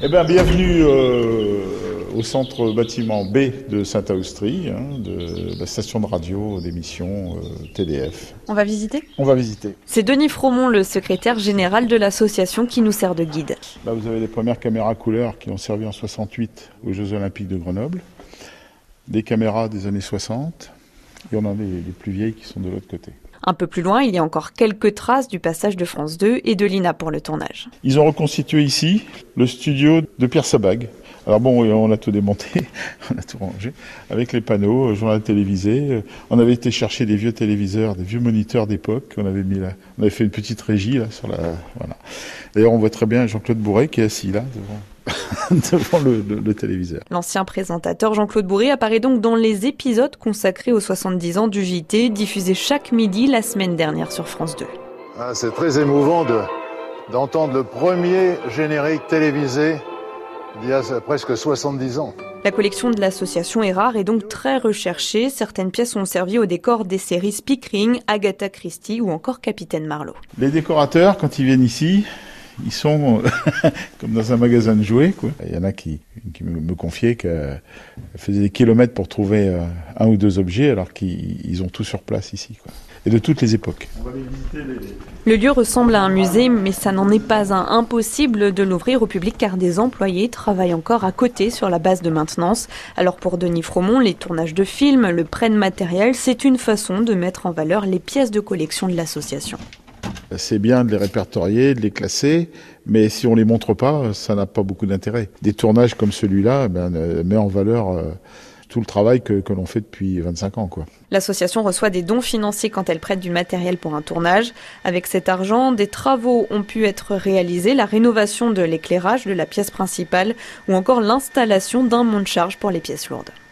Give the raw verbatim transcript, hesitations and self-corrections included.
Eh bien, bienvenue euh, au centre bâtiment B de Saint-Austrie, hein, de la station de radio d'émission euh, T D F. On va visiter ? On va visiter. C'est Denis Fromont, le secrétaire général de l'association, qui nous sert de guide. Là, vous avez les premières caméras couleurs qui ont servi en soixante-huit aux Jeux Olympiques de Grenoble. Des caméras des années soixante. Et on en a les, les plus vieilles qui sont de l'autre côté. Un peu plus loin, il y a encore quelques traces du passage de France deux et de l'I N A pour le tournage. Ils ont reconstitué ici le studio de Pierre Sabag. Alors bon, on a tout démonté, on a tout rangé, avec les panneaux, journal télévisé. On avait été chercher des vieux téléviseurs, des vieux moniteurs d'époque. On avait mis là, on avait fait une petite régie là sur la, voilà. D'ailleurs, on voit très bien Jean-Claude Bourret qui est assis là devant, devant le, le, le téléviseur. L'ancien présentateur Jean-Claude Bourret apparaît donc dans les épisodes consacrés aux soixante-dix ans du J T, diffusés chaque midi la semaine dernière sur France deux. Ah, c'est très émouvant de, d'entendre le premier générique télévisé d'il y a presque soixante-dix ans. La collection de l'association est rare et donc très recherchée. Certaines pièces ont servi au décor des séries Spickering, Agatha Christie ou encore Capitaine Marlowe. Les décorateurs, quand ils viennent ici, ils sont comme dans un magasin de jouets, quoi. Il y en a qui, qui me, me confiaient qu'elles faisaient des kilomètres pour trouver un ou deux objets alors qu'ils ont tout sur place ici, quoi. Et de toutes les époques. On va aller visiter les... Le lieu ressemble à un musée, mais ça n'en est pas un. Impossible de l'ouvrir au public car des employés travaillent encore à côté sur la base de maintenance. Alors pour Denis Fromont, les tournages de films, le prêt de matériel, c'est une façon de mettre en valeur les pièces de collection de l'association. C'est bien de les répertorier, de les classer, mais si on les montre pas, ça n'a pas beaucoup d'intérêt. Des tournages comme celui-là ben, met en valeur euh, tout le travail que, que l'on fait depuis vingt-cinq ans, quoi. L'association reçoit des dons financiers quand elle prête du matériel pour un tournage. Avec cet argent, des travaux ont pu être réalisés, la rénovation de l'éclairage de la pièce principale ou encore l'installation d'un monte-charge pour les pièces lourdes.